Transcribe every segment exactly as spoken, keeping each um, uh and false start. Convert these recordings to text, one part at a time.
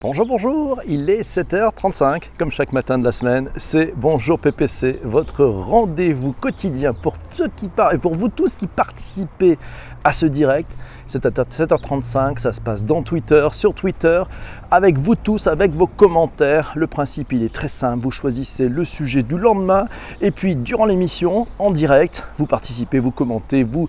Bonjour, bonjour, il est sept heures trente-cinq, comme chaque matin de la semaine, c'est Bonjour P P C, votre rendez-vous quotidien pour ceux qui parlent et pour vous tous qui participez à ce direct. C'est à sept heures trente-cinq, ça se passe dans Twitter, sur Twitter, avec vous tous, avec vos commentaires. Le principe, il est très simple, vous choisissez le sujet du lendemain et puis durant l'émission, en direct, vous participez, vous commentez, vous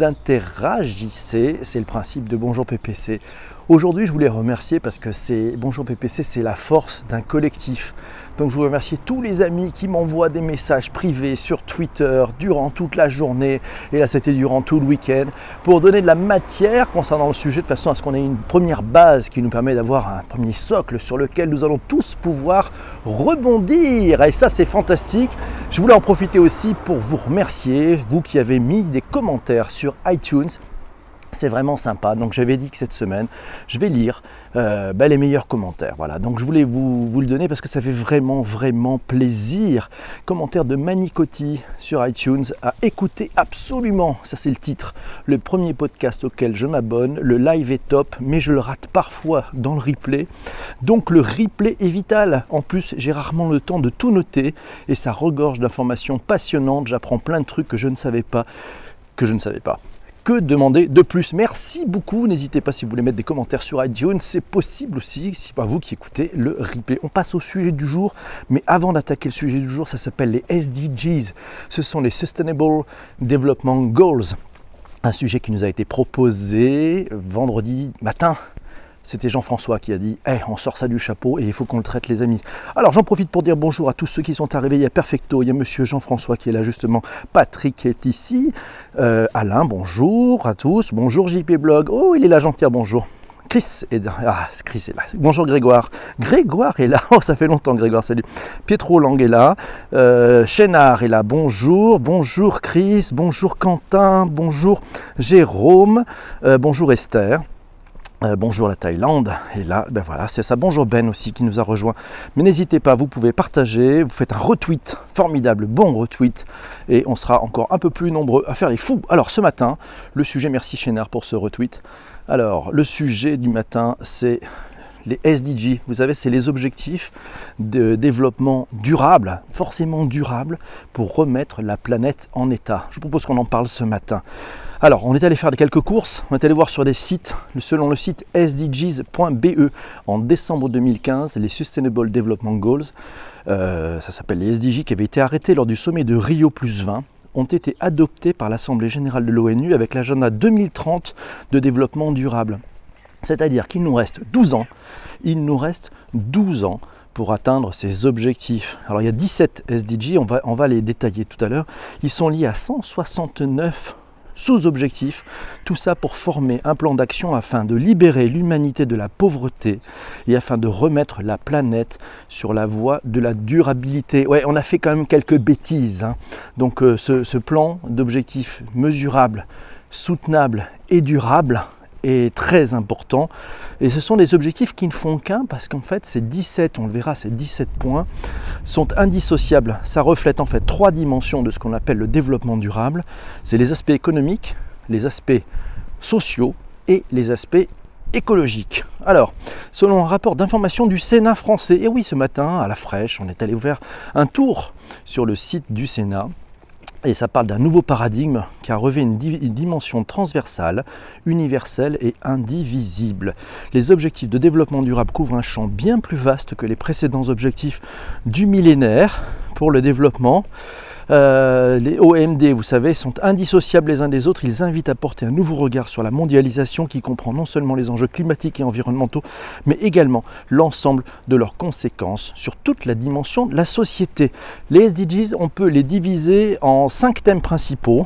interagissez. C'est le principe de Bonjour P P C. Aujourd'hui, je voulais remercier parce que c'est Bonjour P P C, c'est la force d'un collectif. Donc, je voulais remercier tous les amis qui m'envoient des messages privés sur Twitter durant toute la journée. Et là, c'était durant tout le week-end pour donner de la matière concernant le sujet de façon à ce qu'on ait une première base qui nous permet d'avoir un premier socle sur lequel nous allons tous pouvoir rebondir. Et ça, c'est fantastique. Je voulais en profiter aussi pour vous remercier, vous qui avez mis des commentaires sur iTunes. C'est vraiment sympa, donc j'avais dit que cette semaine, je vais lire euh, bah, les meilleurs commentaires. Voilà, donc je voulais vous, vous le donner parce que ça fait vraiment, vraiment plaisir. Commentaire de Manicotti sur iTunes, à écouter absolument, ça c'est le titre, le premier podcast auquel je m'abonne. Le live est top, mais je le rate parfois dans le replay. Donc le replay est vital. En plus, j'ai rarement le temps de tout noter et ça regorge d'informations passionnantes. J'apprends plein de trucs que je ne savais pas, que je ne savais pas. Que demander de plus? Merci beaucoup. N'hésitez pas si vous voulez mettre des commentaires sur iTunes. C'est possible aussi, si pas vous qui écoutez le replay. On passe au sujet du jour. Mais avant d'attaquer le sujet du jour, ça s'appelle les S D Gs. Ce sont les Sustainable Development Goals. Un sujet qui nous a été proposé vendredi matin. C'était Jean-François qui a dit hey, « on sort ça du chapeau et il faut qu'on le traite les amis ». Alors j'en profite pour dire bonjour à tous ceux qui sont arrivés. Il y a Perfecto, il y a monsieur Jean-François qui est là justement, Patrick qui est ici, euh, Alain, bonjour à tous, bonjour J P Blog, oh il est là Jean-Pierre, bonjour. Chris est là, ah, Chris est là, bonjour Grégoire, Grégoire est là, oh ça fait longtemps Grégoire, salut. Pietro Lang est là, euh, Chénard est là, bonjour, bonjour Chris, bonjour Quentin, bonjour Jérôme, euh, bonjour Esther. Euh, bonjour la Thaïlande, et là, ben voilà, c'est ça. Bonjour Ben aussi qui nous a rejoint. Mais n'hésitez pas, vous pouvez partager, vous faites un retweet, formidable, bon retweet, et on sera encore un peu plus nombreux à faire les fous. Alors ce matin, le sujet, merci Chénard pour ce retweet. Alors le sujet du matin, c'est les S D G. Vous savez, c'est les objectifs de développement durable, forcément durable, pour remettre la planète en état. Je vous propose qu'on en parle ce matin. Alors, on est allé faire quelques courses, on est allé voir sur des sites, selon le site S D Gs point B E, en décembre deux mille quinze, les Sustainable Development Goals, euh, ça s'appelle les S D G, qui avaient été arrêtés lors du sommet de Rio plus vingt, ont été adoptés par l'Assemblée Générale de l'ONU avec l'agenda deux mille trente de développement durable. C'est-à-dire qu'il nous reste douze ans, il nous reste douze ans pour atteindre ces objectifs. Alors il y a dix-sept S D G, on va, on va les détailler tout à l'heure, ils sont liés à cent soixante-neuf sous-objectifs, tout ça pour former un plan d'action afin de libérer l'humanité de la pauvreté et afin de remettre la planète sur la voie de la durabilité. Ouais, on a fait quand même quelques bêtises, hein. Donc euh, ce, ce plan d'objectifs mesurables, soutenables et durables est très important. Et ce sont des objectifs qui ne font qu'un parce qu'en fait ces dix-sept, on le verra, ces dix-sept points sont indissociables. Ça reflète en fait trois dimensions de ce qu'on appelle le développement durable. C'est les aspects économiques, les aspects sociaux et les aspects écologiques. Alors, selon un rapport d'information du Sénat français, et oui ce matin à la fraîche, on est allé faire un tour sur le site du Sénat. Et ça parle d'un nouveau paradigme qui a revêt une, di- une dimension transversale, universelle et indivisible. Les objectifs de développement durable couvrent un champ bien plus vaste que les précédents objectifs du millénaire pour le développement. Euh, les O M D, vous savez, sont indissociables les uns des autres. Ils invitent à porter un nouveau regard sur la mondialisation qui comprend non seulement les enjeux climatiques et environnementaux, mais également l'ensemble de leurs conséquences sur toute la dimension de la société. Les S D Gs, on peut les diviser en cinq thèmes principaux.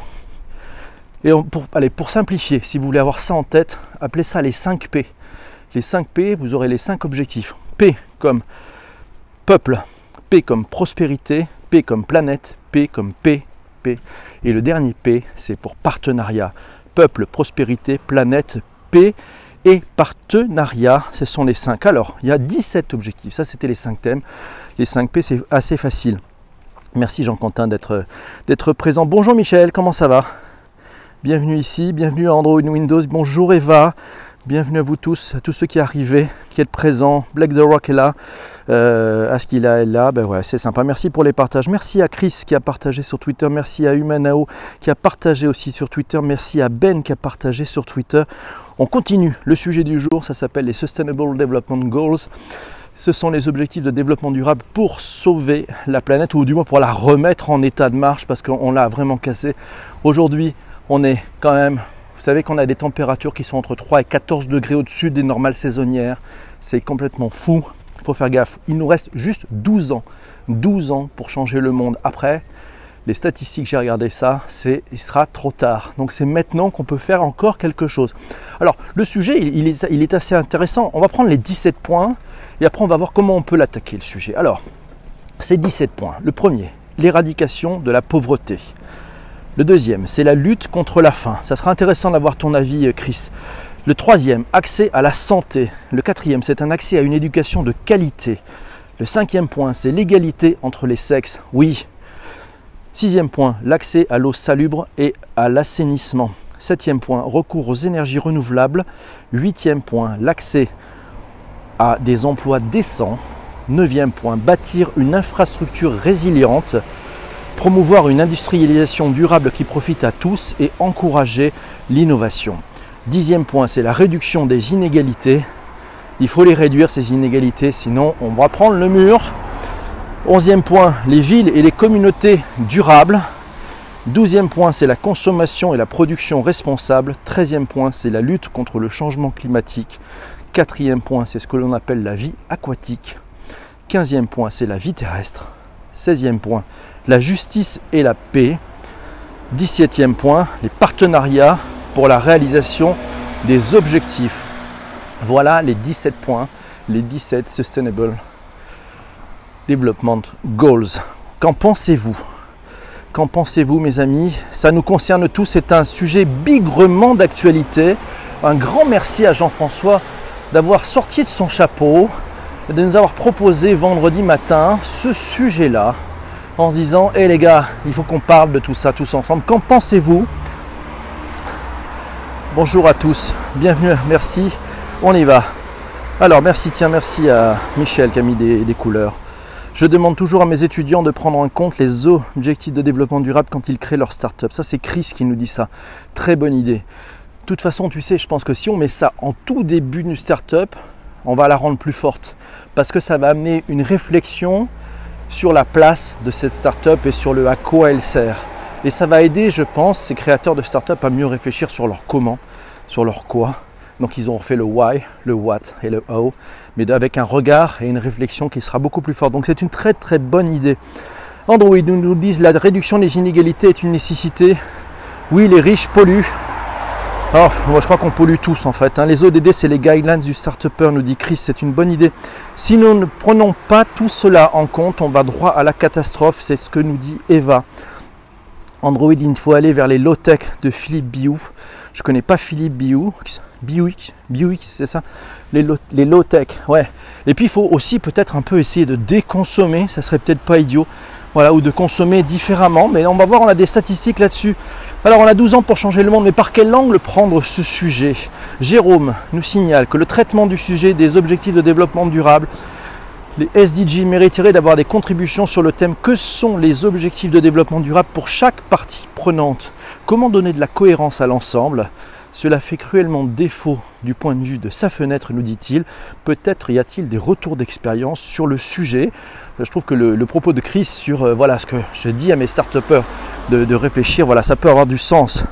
Et on, pour, allez, pour simplifier, si vous voulez avoir ça en tête, appelez ça les cinq P. Les cinq P, vous aurez les cinq objectifs. P comme peuple, P comme prospérité, P comme planète, P comme P, P. Et le dernier P, c'est pour partenariat. Peuple, prospérité, planète, P et partenariat. Ce sont les cinq. Alors, il y a dix-sept objectifs. Ça, c'était les cinq thèmes. Les cinq P, c'est assez facile. Merci Jean-Quentin d'être, d'être présent. Bonjour Michel, comment ça va? Bienvenue ici, bienvenue à Android Windows. Bonjour Eva. Bienvenue à vous tous, à tous ceux qui arrivaient, qui êtes présents. Black the Rock est là. Euh, à ce qu'il est là, ben ouais, c'est sympa. Merci pour les partages. Merci à Chris qui a partagé sur Twitter. Merci à Humanao qui a partagé aussi sur Twitter. Merci à Ben qui a partagé sur Twitter. On continue. Le sujet du jour, ça s'appelle les Sustainable Development Goals. Ce sont les objectifs de développement durable pour sauver la planète, ou du moins pour la remettre en état de marche, parce qu'on l'a vraiment cassé. Aujourd'hui, on est quand même... Vous savez qu'on a des températures qui sont entre trois et quatorze degrés au-dessus des normales saisonnières. C'est complètement fou. Il faut faire gaffe. Il nous reste juste douze ans. douze ans pour changer le monde. Après, les statistiques, j'ai regardé ça, c'est il sera trop tard. Donc c'est maintenant qu'on peut faire encore quelque chose. Alors le sujet, il est, il est assez intéressant. On va prendre les dix-sept points et après on va voir comment on peut l'attaquer, le sujet. Alors, c'est dix-sept points. Le premier, l'éradication de la pauvreté. Le deuxième, c'est la lutte contre la faim. Ça sera intéressant d'avoir ton avis, Chris. Le troisième, accès à la santé. Le quatrième, c'est un accès à une éducation de qualité. Le cinquième point, c'est l'égalité entre les sexes. Oui. Sixième point, l'accès à l'eau salubre et à l'assainissement. Septième point, recours aux énergies renouvelables. Huitième point, l'accès à des emplois décents. Neuvième point, bâtir une infrastructure résiliente. Promouvoir une industrialisation durable qui profite à tous et encourager l'innovation. Dixième point, c'est la réduction des inégalités. Il faut les réduire, ces inégalités, sinon on va prendre le mur. Onzième point, les villes et les communautés durables. Douzième point, c'est la consommation et la production responsable. Treizième point, c'est la lutte contre le changement climatique. Quatrième point, c'est ce que l'on appelle la vie aquatique. Quinzième point, c'est la vie terrestre. Seizième point, la justice et la paix. Dix-septième point, les partenariats pour la réalisation des objectifs. Voilà les dix-sept points, les dix-sept Sustainable Development Goals. Qu'en pensez-vous? Qu'en pensez-vous, mes amis? Ça nous concerne tous, c'est un sujet bigrement d'actualité. Un grand merci à Jean-François d'avoir sorti de son chapeau et de nous avoir proposé vendredi matin ce sujet-là en se disant hé hey les gars, il faut qu'on parle de tout ça tous ensemble. Qu'en pensez-vous? Bonjour à tous, bienvenue, merci, on y va. Alors merci, tiens, merci à Michel qui a mis des, des couleurs. Je demande toujours à mes étudiants de prendre en compte les objectifs de développement durable quand ils créent leur start-up. Ça, c'est Chris qui nous dit ça. Très bonne idée. De toute façon, tu sais, je pense que si on met ça en tout début d'une start-up, on va la rendre plus forte. Parce que ça va amener une réflexion sur la place de cette start-up et sur le à quoi elle sert. Et ça va aider, je pense, ces créateurs de start-up à mieux réfléchir sur leur comment, sur leur quoi. Donc ils ont fait le why, le what et le how, mais avec un regard et une réflexion qui sera beaucoup plus forte. Donc c'est une très très bonne idée. Android nous, nous disent la réduction des inégalités est une nécessité. Oui, les riches polluent. Alors, moi je crois qu'on pollue tous en fait. Hein. Les O D D, c'est les guidelines du start-upper, nous dit Chris, c'est une bonne idée. Si nous ne prenons pas tout cela en compte, on va droit à la catastrophe, c'est ce que nous dit Eva. Android, il faut aller vers les low-tech de Philippe Biou. Je ne connais pas Philippe Biou. Biouix, Biouix, c'est ça? Les, low, les low-tech, ouais. Et puis il faut aussi peut-être un peu essayer de déconsommer, ça serait peut-être pas idiot. Voilà, ou de consommer différemment. Mais on va voir, on a des statistiques là-dessus. Alors on a douze ans pour changer le monde, mais par quel angle prendre ce sujet? Jérôme nous signale que le traitement du sujet des objectifs de développement durable, les S D G mériteraient d'avoir des contributions sur le thème que sont les objectifs de développement durable pour chaque partie prenante. Comment donner de la cohérence à l'ensemble? Cela fait cruellement défaut du point de vue de sa fenêtre, nous dit-il. Peut-être y a-t-il des retours d'expérience sur le sujet. Je trouve que le, le propos de Chris sur euh, voilà, ce que je dis à mes start-upers de, de réfléchir, voilà, ça peut avoir du sens.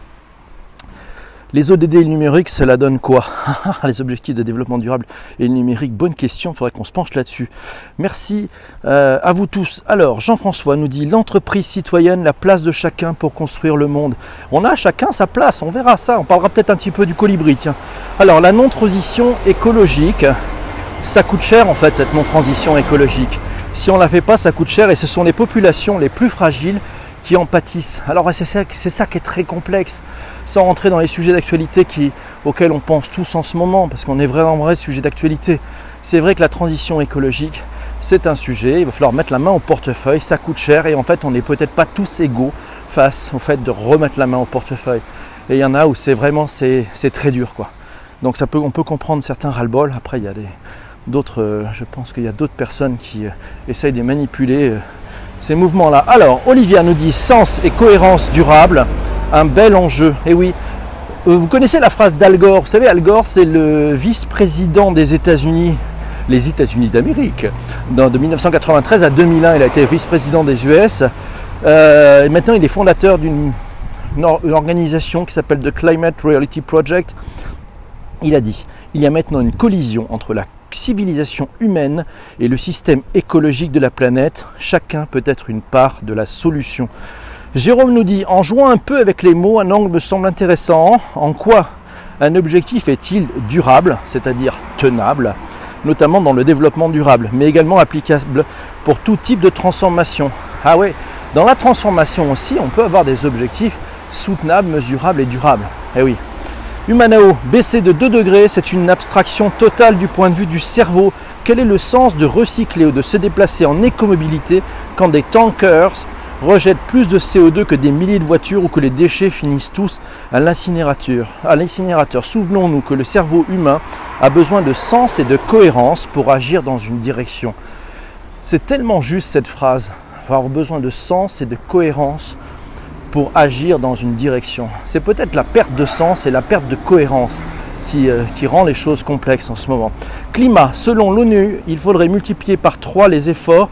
Les O D D et le numérique, cela donne quoi? Les objectifs de développement durable et le numérique, bonne question, il faudrait qu'on se penche là-dessus. Merci euh, à vous tous. Alors, Jean-François nous dit l'entreprise citoyenne, la place de chacun pour construire le monde. On a chacun sa place, on verra ça, on parlera peut-être un petit peu du colibri, tiens. Alors, la non-transition écologique, ça coûte cher en fait, cette non-transition écologique. Si on ne la fait pas, ça coûte cher et ce sont les populations les plus fragiles qui en pâtissent. Alors c'est ça, c'est ça qui est très complexe, sans rentrer dans les sujets d'actualité qui, auxquels on pense tous en ce moment, parce qu'on est vraiment vrai sujet d'actualité. C'est vrai que la transition écologique, c'est un sujet, il va falloir mettre la main au portefeuille, ça coûte cher et en fait on n'est peut-être pas tous égaux face au fait de remettre la main au portefeuille. Et il y en a où c'est vraiment, c'est, c'est très dur quoi. Donc ça peut, on peut comprendre certains ras-le-bol. Après, il y a des, d'autres, euh, je pense qu'il y a d'autres personnes qui euh, essayent de manipuler euh, ces mouvements-là. Alors, Olivia nous dit sens et cohérence durable, un bel enjeu. Et oui, euh, vous connaissez la phrase d'Al Gore. Vous savez, Al Gore, c'est le vice-président des États-Unis, les États-Unis d'Amérique. De mille neuf cent quatre-vingt-treize à deux mille un, il a été vice-président des U S. Euh, et maintenant, il est fondateur d'une une organisation qui s'appelle The Climate Reality Project. Il a dit, il y a maintenant une collision entre la civilisation humaine et le système écologique de la planète. Chacun peut être une part de la solution. Jérôme nous dit, en jouant un peu avec les mots, un angle me semble intéressant. En quoi un objectif est-il durable, c'est-à-dire tenable, notamment dans le développement durable, mais également applicable pour tout type de transformation? Ah ouais, dans la transformation aussi, on peut avoir des objectifs soutenables, mesurables et durables. Eh oui. Humanao, baisser de deux degrés, c'est une abstraction totale du point de vue du cerveau. Quel est le sens de recycler ou de se déplacer en écomobilité quand des tankers rejettent plus de C O deux que des milliers de voitures ou que les déchets finissent tous à l'incinérateur. À l'incinérateur, souvenons-nous que le cerveau humain a besoin de sens et de cohérence pour agir dans une direction. C'est tellement juste cette phrase, avoir besoin de sens et de cohérence pour agir dans une direction. C'est peut-être la perte de sens et la perte de cohérence qui, euh, qui rend les choses complexes en ce moment. Climat, selon l'ONU, il faudrait multiplier par trois les efforts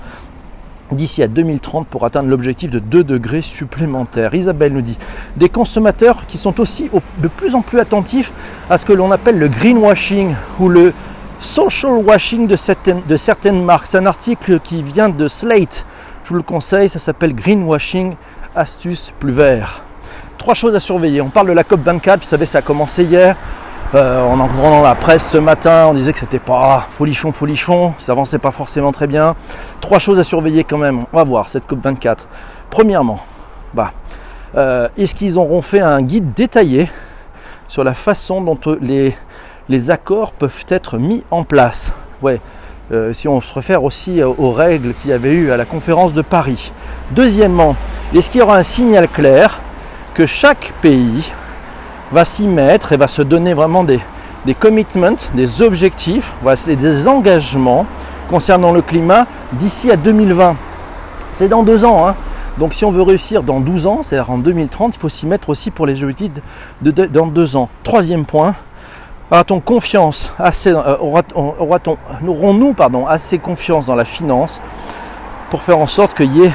d'ici à deux mille trente pour atteindre l'objectif de deux degrés supplémentaires. Isabelle nous dit, des consommateurs qui sont aussi au, de plus en plus attentifs à ce que l'on appelle le greenwashing ou le social washing de certaines, de certaines marques. C'est un article qui vient de Slate. Je vous le conseille, ça s'appelle Greenwashing, astuce plus vert. Trois choses à surveiller. On parle de la COP vingt-quatre, vous savez, ça a commencé hier. Euh, en entrant dans la presse ce matin, on disait que c'était pas folichon, folichon, ça avançait pas forcément très bien. Trois choses à surveiller quand même. On va voir cette COP vingt-quatre. Premièrement, bah, euh, est-ce qu'ils auront fait un guide détaillé sur la façon dont les, les accords peuvent être mis en place? Ouais. Euh, si on se réfère aussi aux règles qu'il y avait eu à la conférence de Paris. Deuxièmement, est-ce qu'il y aura un signal clair que chaque pays va s'y mettre et va se donner vraiment des, des commitments, des objectifs, voilà, c'est des engagements concernant le climat d'ici à deux mille vingt. C'est dans deux ans, hein. Donc si on veut réussir dans douze ans, c'est-à-dire en deux mille trente, il faut s'y mettre aussi pour les objectifs de, de, de, dans deux ans. Troisième point, aura-t-on confiance assez, euh, aura-t-on, aura-t-on, aurons-nous pardon, assez confiance dans la finance pour faire en sorte qu'il y ait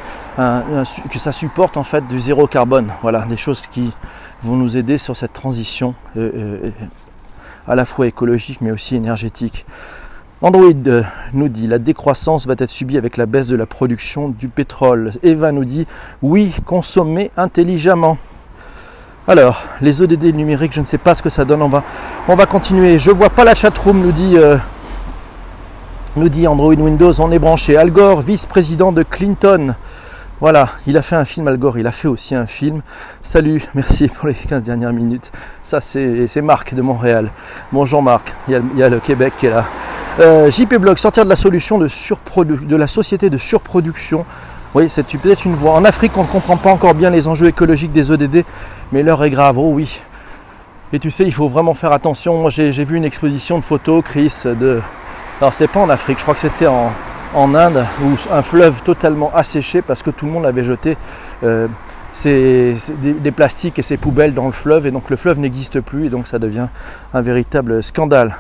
un, un, que ça supporte en fait du zéro carbone. Voilà, des choses qui vont nous aider sur cette transition euh, euh, à la fois écologique mais aussi énergétique. Android euh, nous dit la décroissance va être subie avec la baisse de la production du pétrole. Eva nous dit oui, consommer intelligemment. Alors, les O D D numériques, je ne sais pas ce que ça donne, on va, on va continuer. Je vois pas la chatroom, nous dit, euh, nous dit Android Windows, on est branché. Al Gore, vice-président de Clinton. Voilà, il a fait un film, Al Gore, il a fait aussi un film. Salut, merci pour les quinze dernières minutes. Ça, c'est, c'est Marc de Montréal. Bonjour Marc, il y a, il y a le Québec qui est là. Euh, J P Blog, sortir de la solution de, surprodu- de la société de surproduction. Oui, c'est peut-être une voie. En Afrique, on ne comprend pas encore bien les enjeux écologiques des O D D, mais l'heure est grave, oh oui. Et tu sais, il faut vraiment faire attention. Moi, j'ai, j'ai vu une exposition de photos, Chris, de... Alors, c'est pas en Afrique, je crois que c'était en, en Inde, où un fleuve totalement asséché parce que tout le monde avait jeté euh, ses, ses, des, des plastiques et ses poubelles dans le fleuve. Et donc, le fleuve n'existe plus et donc ça devient un véritable scandale.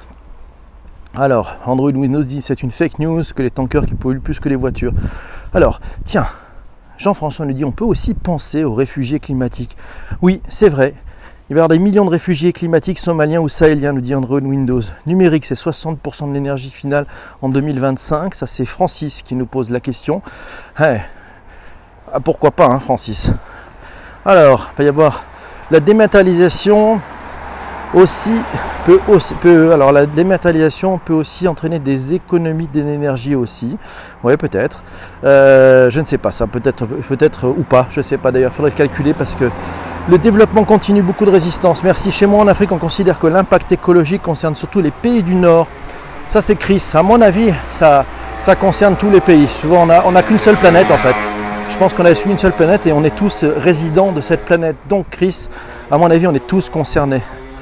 Alors, Android Windows dit c'est une fake news que les tankers qui polluent plus que les voitures. Alors, tiens, Jean-François nous dit on peut aussi penser aux réfugiés climatiques. Oui, c'est vrai. Il va y avoir des millions de réfugiés climatiques somaliens ou sahéliens, nous dit Android Windows. Numérique, c'est soixante pour cent de l'énergie finale en deux mille vingt-cinq. Ça, c'est Francis qui nous pose la question. Hey. Ah, pourquoi pas, hein, Francis. Alors, il va y avoir la dématérialisation aussi peut aussi peut, alors la dématérialisation peut aussi entraîner des économies d'énergie aussi. Oui, peut-être. Euh, je ne sais pas ça, peut-être peut-être ou pas. Je ne sais pas d'ailleurs. Il faudrait calculer parce que le développement continue, beaucoup de résistance. Merci. Chez moi en Afrique, on considère que l'impact écologique concerne surtout les pays du Nord. Ça, c'est Chris. À mon avis, ça, ça concerne tous les pays. Souvent, on a, on n'a qu'une seule planète en fait. Je pense qu'on a une seule planète et on est tous résidents de cette planète. Donc, Chris, à mon avis, on est tous concernés.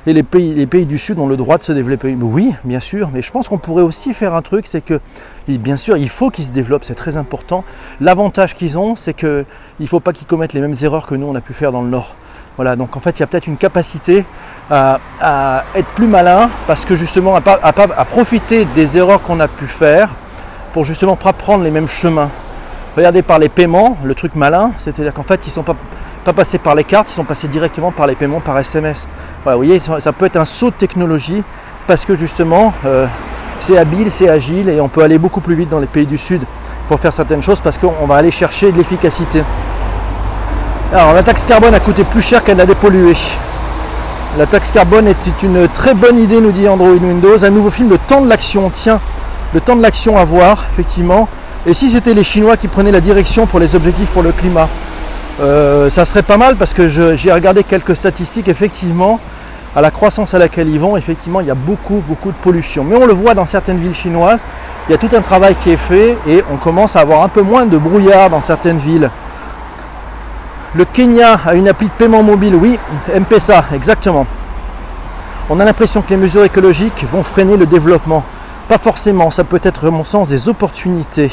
et les pays, les pays du Sud ont le droit de se développer. Oui, bien sûr, mais je pense qu'on pourrait aussi faire un truc, c'est que, bien sûr, il faut qu'ils se développent, c'est très important. L'avantage qu'ils ont, c'est qu'il ne faut pas qu'ils commettent les mêmes erreurs que nous, on a pu faire dans le Nord. Voilà, donc en fait, il y a peut-être une capacité à, à être plus malin, parce que justement, à, pas, à, pas, à profiter des erreurs qu'on a pu faire, pour justement pas prendre les mêmes chemins. Regardez par les paiements, le truc malin, c'est-à-dire qu'en fait, ils ne sont pas... pas passés par les cartes, ils sont passés directement par les paiements par S M S. Voilà, vous voyez, ça peut être un saut de technologie parce que justement, euh, c'est habile, c'est agile et on peut aller beaucoup plus vite dans les pays du Sud pour faire certaines choses parce qu'on va aller chercher de l'efficacité. Alors, la taxe carbone a coûté plus cher qu'elle n'a dépollué. La taxe carbone est une très bonne idée, nous dit Android Windows. Un nouveau film, Le Temps de l'Action. Tiens, Le Temps de l'Action à voir, effectivement. Et si c'était les Chinois qui prenaient la direction pour les objectifs pour le climat? Euh, ça serait pas mal parce que j'ai regardé quelques statistiques, effectivement, à la croissance à laquelle ils vont, effectivement, il y a beaucoup, beaucoup de pollution. Mais on le voit dans certaines villes chinoises, il y a tout un travail qui est fait et on commence à avoir un peu moins de brouillard dans certaines villes. Le Kenya a une appli de paiement mobile, oui, M-Pesa, exactement. On a l'impression que les mesures écologiques vont freiner le développement. Pas forcément, ça peut être, à mon sens, des opportunités.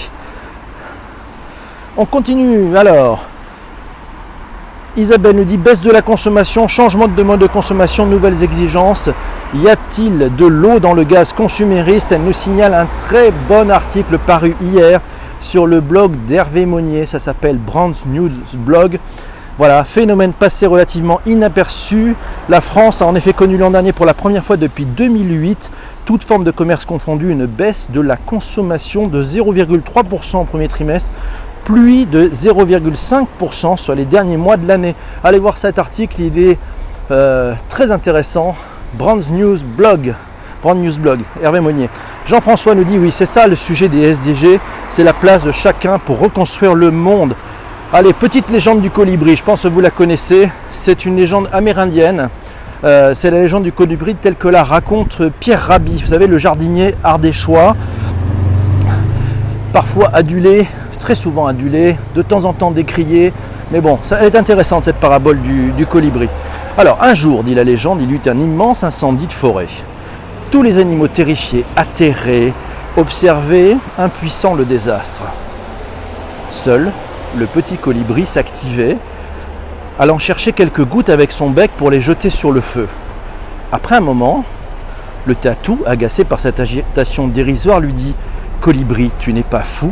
On continue, alors. Isabelle nous dit baisse de la consommation, changement de mode de consommation, nouvelles exigences. Y a-t-il de l'eau dans le gaz consumériste? Elle nous signale un très bon article paru hier sur le blog d'Hervé Monnier. Ça s'appelle Brand News Blog. Voilà, phénomène passé relativement inaperçu. La France a en effet connu l'an dernier pour la première fois depuis deux mille huit, toute forme de commerce confondue, une baisse de la consommation de zéro virgule trois pour cent au premier trimestre. Pluie de zéro virgule cinq pour cent sur les derniers mois de l'année. Allez voir cet article, il est euh, très intéressant. Brand News Blog, Brand News Blog, Hervé Monnier. Jean-François nous dit oui, c'est ça le sujet des S D G, c'est la place de chacun pour reconstruire le monde. Allez, petite légende du colibri, je pense que vous la connaissez. C'est une légende amérindienne. Euh, c'est la légende du colibri telle que la raconte Pierre Rabhi. Vous savez, le jardinier ardéchois, parfois adulé, très souvent adulé, de temps en temps décrié, mais bon, ça est intéressante cette parabole du, du colibri. Alors, un jour, dit la légende, il y eut un immense incendie de forêt. Tous les animaux terrifiés, atterrés, observaient, impuissants, le désastre. Seul, le petit colibri s'activait, allant chercher quelques gouttes avec son bec pour les jeter sur le feu. Après un moment, le tatou, agacé par cette agitation dérisoire, lui dit « Colibri, tu n'es pas fou ?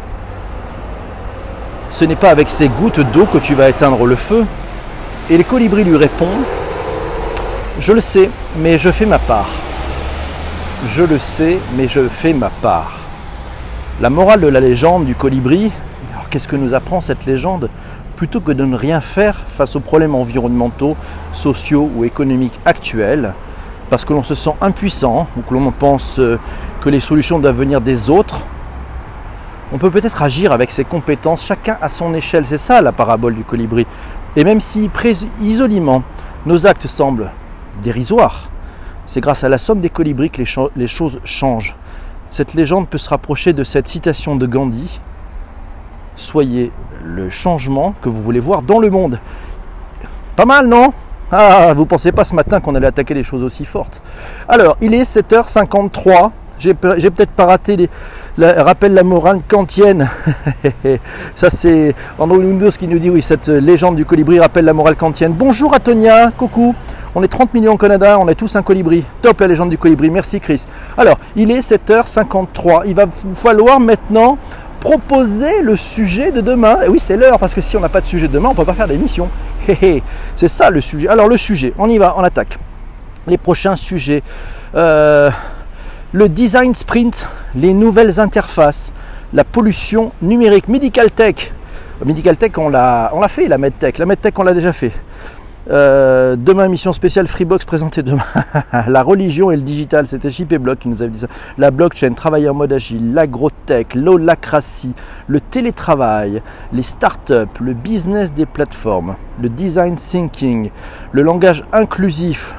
Ce n'est pas avec ces gouttes d'eau que tu vas éteindre le feu. » Et le colibri lui répond « Je le sais, mais je fais ma part. Je le sais, mais je fais ma part. » La morale de la légende du colibri, alors qu'est-ce que nous apprend cette légende? Plutôt que de ne rien faire face aux problèmes environnementaux, sociaux ou économiques actuels, parce que l'on se sent impuissant ou que l'on pense que les solutions doivent venir des autres, on peut peut-être agir avec ses compétences, chacun à son échelle. C'est ça la parabole du colibri. Et même si isolément nos actes semblent dérisoires, c'est grâce à la somme des colibris que les, cho- les choses changent. Cette légende peut se rapprocher de cette citation de Gandhi. Soyez le changement que vous voulez voir dans le monde. Pas mal, non? Ah, vous ne pensez pas ce matin qu'on allait attaquer des choses aussi fortes. Alors, il est sept heures cinquante-trois. J'ai, j'ai peut-être pas raté les, la, rappelle la morale kantienne. Ça, c'est Android Windows qui nous dit oui, cette légende du colibri rappelle la morale kantienne. Bonjour à Tonia, coucou. On est trente millions au Canada, on est tous un colibri. Top la légende du colibri, merci Chris. Alors, il est sept heures cinquante-trois. Il va falloir maintenant proposer le sujet de demain. Et oui, c'est l'heure, parce que si on n'a pas de sujet de demain, on ne peut pas faire d'émission. C'est ça le sujet. Alors, le sujet, on y va, on attaque. Les prochains sujets. Euh, le design sprint, les nouvelles interfaces, la pollution numérique, Medical Tech. Medical Tech, on l'a, on l'a fait, la MedTech. La MedTech, on l'a déjà fait. Euh, demain, émission spéciale Freebox présentée demain. La religion et le digital, c'était J P Block qui nous avait dit ça. La blockchain, travailler en mode agile, l'agrotech, l'holacratie, le télétravail, les startups, le business des plateformes, le design thinking, le langage inclusif,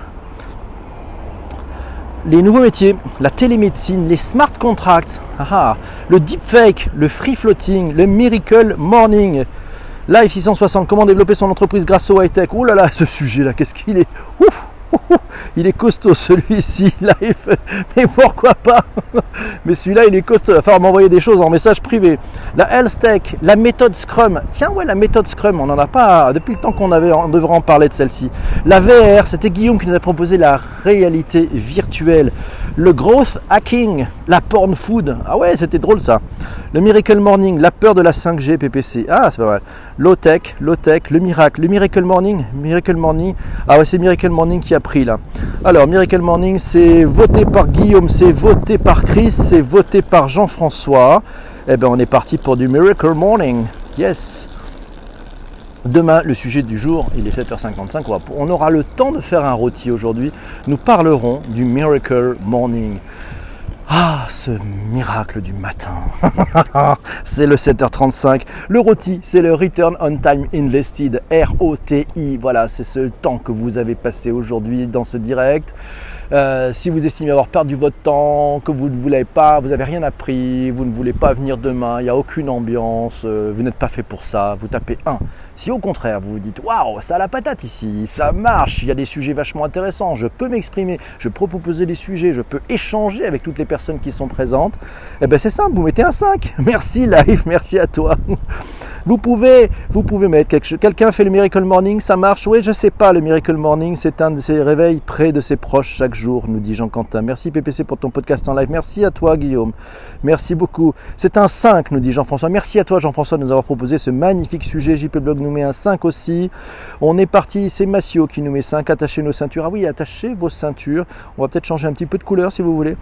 les nouveaux métiers, la télémédecine, les smart contracts, aha, le deepfake, le free floating, le miracle morning. Live six cent soixante, comment développer son entreprise grâce au high-tech. Oh là là, ce sujet-là, qu'est-ce qu'il est. Ouf, Il est costaud celui-ci, live. Mais pourquoi pas? Mais celui-là, il est costaud. Il va falloir m'envoyer des choses en message privé. La Health Tech, la méthode Scrum. Tiens, ouais, la méthode Scrum, on n'en a pas depuis le temps qu'on avait, on devrait en parler de celle-ci. La V R, c'était Guillaume qui nous a proposé la réalité virtuelle. Le growth hacking, la porn food. Ah ouais, c'était drôle ça. Le Miracle Morning, la peur de la cinq G, P P C. Ah, c'est pas mal. Low Tech, Low Tech, le miracle. Le Miracle Morning, Miracle Morning. Ah ouais, c'est Miracle Morning qui a pris là. Alors, Miracle Morning, c'est voté par Guillaume, c'est voté par Chris, c'est voté par Jean-François. Eh bien, on est parti pour du Miracle Morning. Yes. Demain, le sujet du jour, il est sept heures cinquante-cinq. On, va, on aura le temps de faire un rôti aujourd'hui. Nous parlerons du Miracle Morning. Ah, ce miracle du matin. C'est le sept heures trente-cinq. Le rôti, c'est le Return on Time Invested, R O T I. Voilà, c'est ce temps que vous avez passé aujourd'hui dans ce direct. Euh, si vous estimez avoir perdu votre temps, que vous ne voulez pas, vous n'avez rien appris, vous ne voulez pas venir demain, il n'y a aucune ambiance, euh, vous n'êtes pas fait pour ça, vous tapez un. Si au contraire vous vous dites waouh, ça a la patate ici, ça marche, il y a des sujets vachement intéressants, je peux m'exprimer, je peux proposer des sujets, je peux échanger avec toutes les personnes qui sont présentes, eh bien c'est simple, vous mettez un cinq. Merci live, merci à toi. Vous pouvez, vous pouvez mettre quelque chose. Quelqu'un fait le Miracle Morning, ça marche? Oui, je sais pas, le Miracle Morning, c'est un de ses réveils près de ses proches chaque jour, nous dit Jean-Quentin. Merci P P C pour ton podcast en live. Merci à toi Guillaume. Merci beaucoup. C'est un cinq, nous dit Jean-François. Merci à toi Jean-François de nous avoir proposé ce magnifique sujet. J P Blog nous met un cinq aussi. On est parti, c'est Massio qui nous met cinq. Attachez nos ceintures. Ah oui, attachez vos ceintures. On va peut-être changer un petit peu de couleur si vous voulez.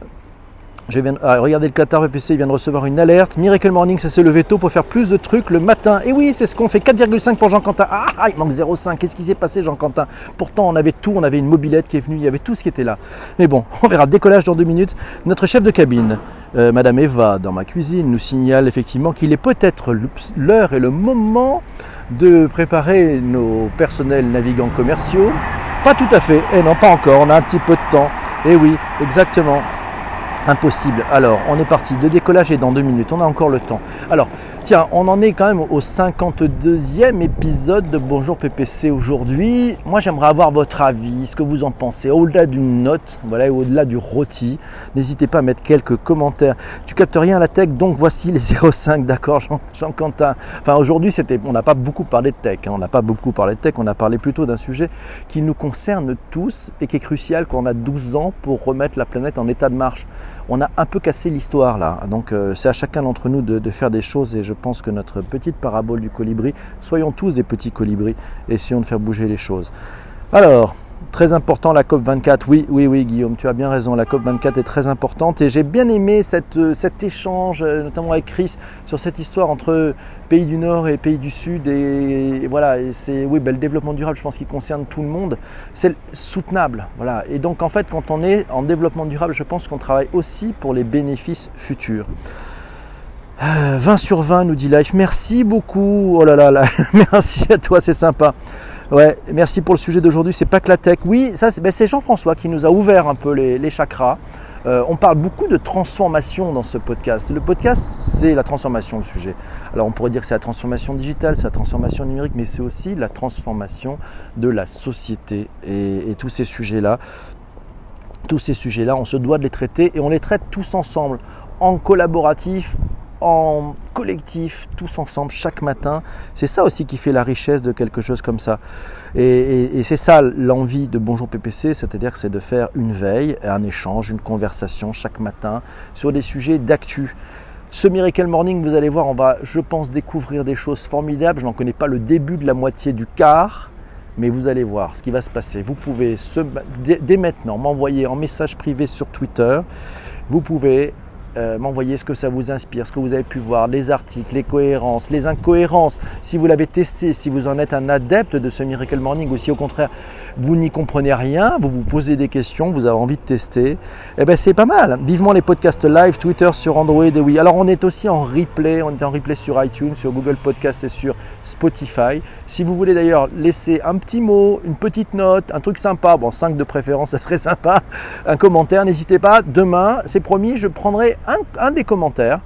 Je viens, ah, regardez le Qatar P P C, il vient de recevoir une alerte. Miracle Morning, ça s'est levé tôt pour faire plus de trucs le matin. Et oui, c'est ce qu'on fait, quatre virgule cinq pour Jean-Quentin. Ah, il manque zéro virgule cinq. Qu'est-ce qui s'est passé, Jean-Quentin? Pourtant, on avait tout, on avait une mobilette qui est venue, il y avait tout ce qui était là. Mais bon, on verra. Décollage dans deux minutes. Notre chef de cabine, euh, Madame Eva, dans ma cuisine, nous signale effectivement qu'il est peut-être l'heure et le moment de préparer nos personnels navigants commerciaux. Pas tout à fait. Eh non, pas encore. On a un petit peu de temps. Eh oui, exactement. Impossible. Alors, on est parti. Le décollage est dans deux minutes. On a encore le temps. Alors, tiens, on en est quand même au cinquante-deuxième épisode de Bonjour P P C aujourd'hui. Moi, j'aimerais avoir votre avis, ce que vous en pensez. Au-delà d'une note, voilà, au-delà du rôti, n'hésitez pas à mettre quelques commentaires. Tu captes rien à la tech, donc voici les zéro virgule cinq. D'accord, Jean, Jean-Quentin. Enfin, aujourd'hui, c'était, on n'a pas beaucoup parlé de tech. Hein. On n'a pas beaucoup parlé de tech. On a parlé plutôt d'un sujet qui nous concerne tous et qui est crucial quand on a douze ans pour remettre la planète en état de marche. On a un peu cassé l'histoire là, donc euh, c'est à chacun d'entre nous de, de faire des choses et je pense que notre petite parabole du colibri, soyons tous des petits colibris, essayons de faire bouger les choses. Alors, très important la COP vingt-quatre, oui, oui, oui Guillaume, tu as bien raison, la COP vingt-quatre est très importante et j'ai bien aimé cette, cet échange, notamment avec Chris, sur cette histoire entre pays du Nord et pays du Sud et, et voilà, et c'est oui, ben, le développement durable, je pense qu'il concerne tout le monde, c'est soutenable, voilà, et donc en fait quand on est en développement durable, je pense qu'on travaille aussi pour les bénéfices futurs. Euh, vingt sur vingt nous dit Life, merci beaucoup, oh là là, là. Merci à toi, c'est sympa. Ouais, merci pour le sujet d'aujourd'hui, c'est pas que la tech. Oui, ça, c'est, ben, c'est Jean-François qui nous a ouvert un peu les, les chakras. Euh, on parle beaucoup de transformation dans ce podcast. Le podcast, c'est la transformation, le sujet. Alors, on pourrait dire que c'est la transformation digitale, c'est la transformation numérique, mais c'est aussi la transformation de la société. Et, et tous ces sujets-là, tous ces sujets-là, on se doit de les traiter et on les traite tous ensemble, en collaboratif, en collectif, tous ensemble, chaque matin. C'est ça aussi qui fait la richesse de quelque chose comme ça. Et, et, et c'est ça l'envie de Bonjour P P C, c'est-à-dire que c'est de faire une veille, un échange, une conversation chaque matin sur des sujets d'actu. Ce Miracle Morning, vous allez voir, on va, je pense, découvrir des choses formidables. Je n'en connais pas le début de la moitié du quart, mais vous allez voir ce qui va se passer. Vous pouvez, ce, dès, dès maintenant, m'envoyer en message privé sur Twitter. Vous pouvez Euh, m'envoyer ce que ça vous inspire, ce que vous avez pu voir, les articles, les cohérences, les incohérences, si vous l'avez testé, si vous en êtes un adepte de ce Miracle Morning ou si au contraire vous n'y comprenez rien, vous vous posez des questions, vous avez envie de tester, eh ben c'est pas mal. Vivement les podcasts live, Twitter sur Android et oui. Alors on est aussi en replay, on est en replay sur iTunes, sur Google Podcast et sur Spotify. Si vous voulez d'ailleurs laisser un petit mot, une petite note, un truc sympa, bon cinq de préférence, ça serait sympa, un commentaire, n'hésitez pas. Demain, c'est promis, je prendrai un, un des commentaires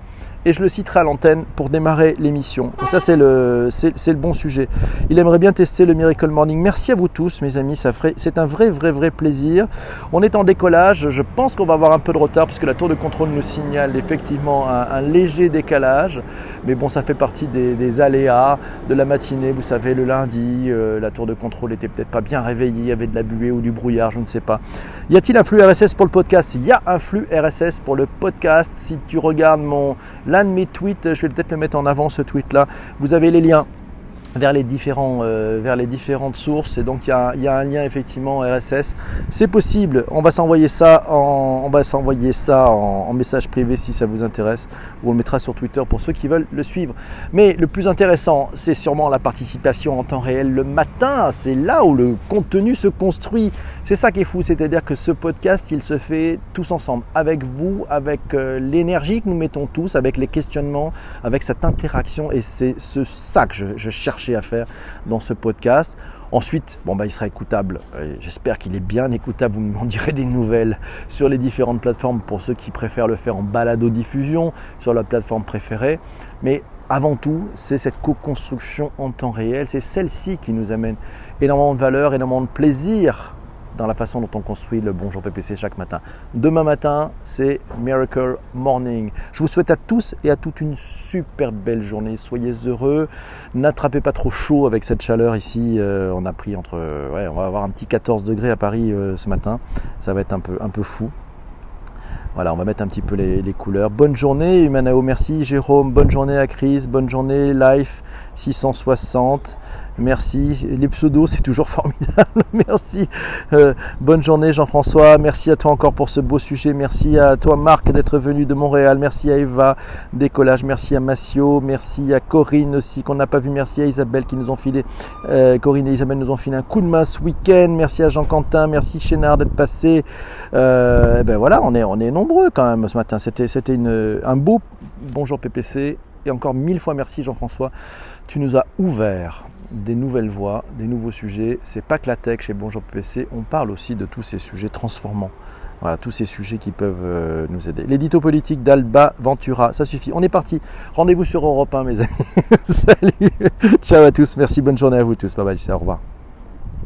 et je le citerai à l'antenne pour démarrer l'émission. Ça, c'est le, c'est, c'est le bon sujet. Il aimerait bien tester le Miracle Morning. Merci à vous tous, mes amis. Ça ferait, c'est un vrai, vrai, vrai plaisir. On est en décollage. Je pense qu'on va avoir un peu de retard puisque la tour de contrôle nous signale effectivement un, un léger décalage. Mais bon, ça fait partie des, des aléas de la matinée. Vous savez, le lundi, euh, la tour de contrôle n'était peut-être pas bien réveillée. Il y avait de la buée ou du brouillard, je ne sais pas. Y a-t-il un flux R S S pour le podcast? Il y a un flux R S S pour le podcast. Si tu regardes mon, l'un de mes tweets, je vais peut-être le mettre en avant ce tweet-là. Vous avez les liens vers les, différents, euh, vers les différentes sources et donc il y a, y a un lien effectivement R S S. C'est possible, on va s'envoyer ça, en, on va s'envoyer ça en, en message privé si ça vous intéresse ou on le mettra sur Twitter pour ceux qui veulent le suivre. Mais le plus intéressant, c'est sûrement la participation en temps réel le matin. C'est là où le contenu se construit. C'est ça qui est fou, c'est-à-dire que ce podcast, il se fait tous ensemble, avec vous, avec euh, l'énergie que nous mettons tous, avec les questionnements, avec cette interaction et c'est ce, ça que je, je cherche à faire dans ce podcast. Ensuite, bon, bah, il sera écoutable. J'espère qu'il est bien écoutable. Vous m'en direz des nouvelles sur les différentes plateformes pour ceux qui préfèrent le faire en balado-diffusion sur leur plateforme préférée. Mais avant tout, c'est cette co-construction en temps réel. C'est celle-ci qui nous amène énormément de valeur, énormément de plaisir dans la façon dont on construit le Bonjour P P C chaque matin. Demain matin, c'est Miracle Morning. Je vous souhaite à tous et à toutes une super belle journée. Soyez heureux. N'attrapez pas trop chaud avec cette chaleur ici. Euh, on a pris entre, ouais, on va avoir un petit quatorze degrés à Paris euh, ce matin. Ça va être un peu, un peu fou. Voilà, on va mettre un petit peu les, les couleurs. Bonne journée, Humanao, merci. Jérôme, bonne journée à Chris. Bonne journée, Life six cent soixante. Merci, les pseudos c'est toujours formidable, merci, euh, bonne journée Jean-François, merci à toi encore pour ce beau sujet, merci à toi Marc d'être venu de Montréal, merci à Eva, décollage, merci à Massio, merci à Corinne aussi qu'on n'a pas vu, merci à Isabelle qui nous ont filé, euh, Corinne et Isabelle nous ont filé un coup de main ce week-end, merci à Jean-Quentin, merci Chénard d'être passé, euh, ben voilà, on est, on est nombreux quand même ce matin, c'était, c'était une, un beau Bonjour P P C et encore mille fois merci Jean-François, tu nous as ouvert des nouvelles voies, des nouveaux sujets. C'est pas que la tech chez Bonjour P P C, on parle aussi de tous ces sujets transformants. Voilà, tous ces sujets qui peuvent euh, nous aider. L'édito politique d'Alba Ventura, ça suffit. On est parti. Rendez-vous sur Europe un, mes amis. Salut. Ciao à tous. Merci. Bonne journée à vous tous. Bye bye. Au revoir.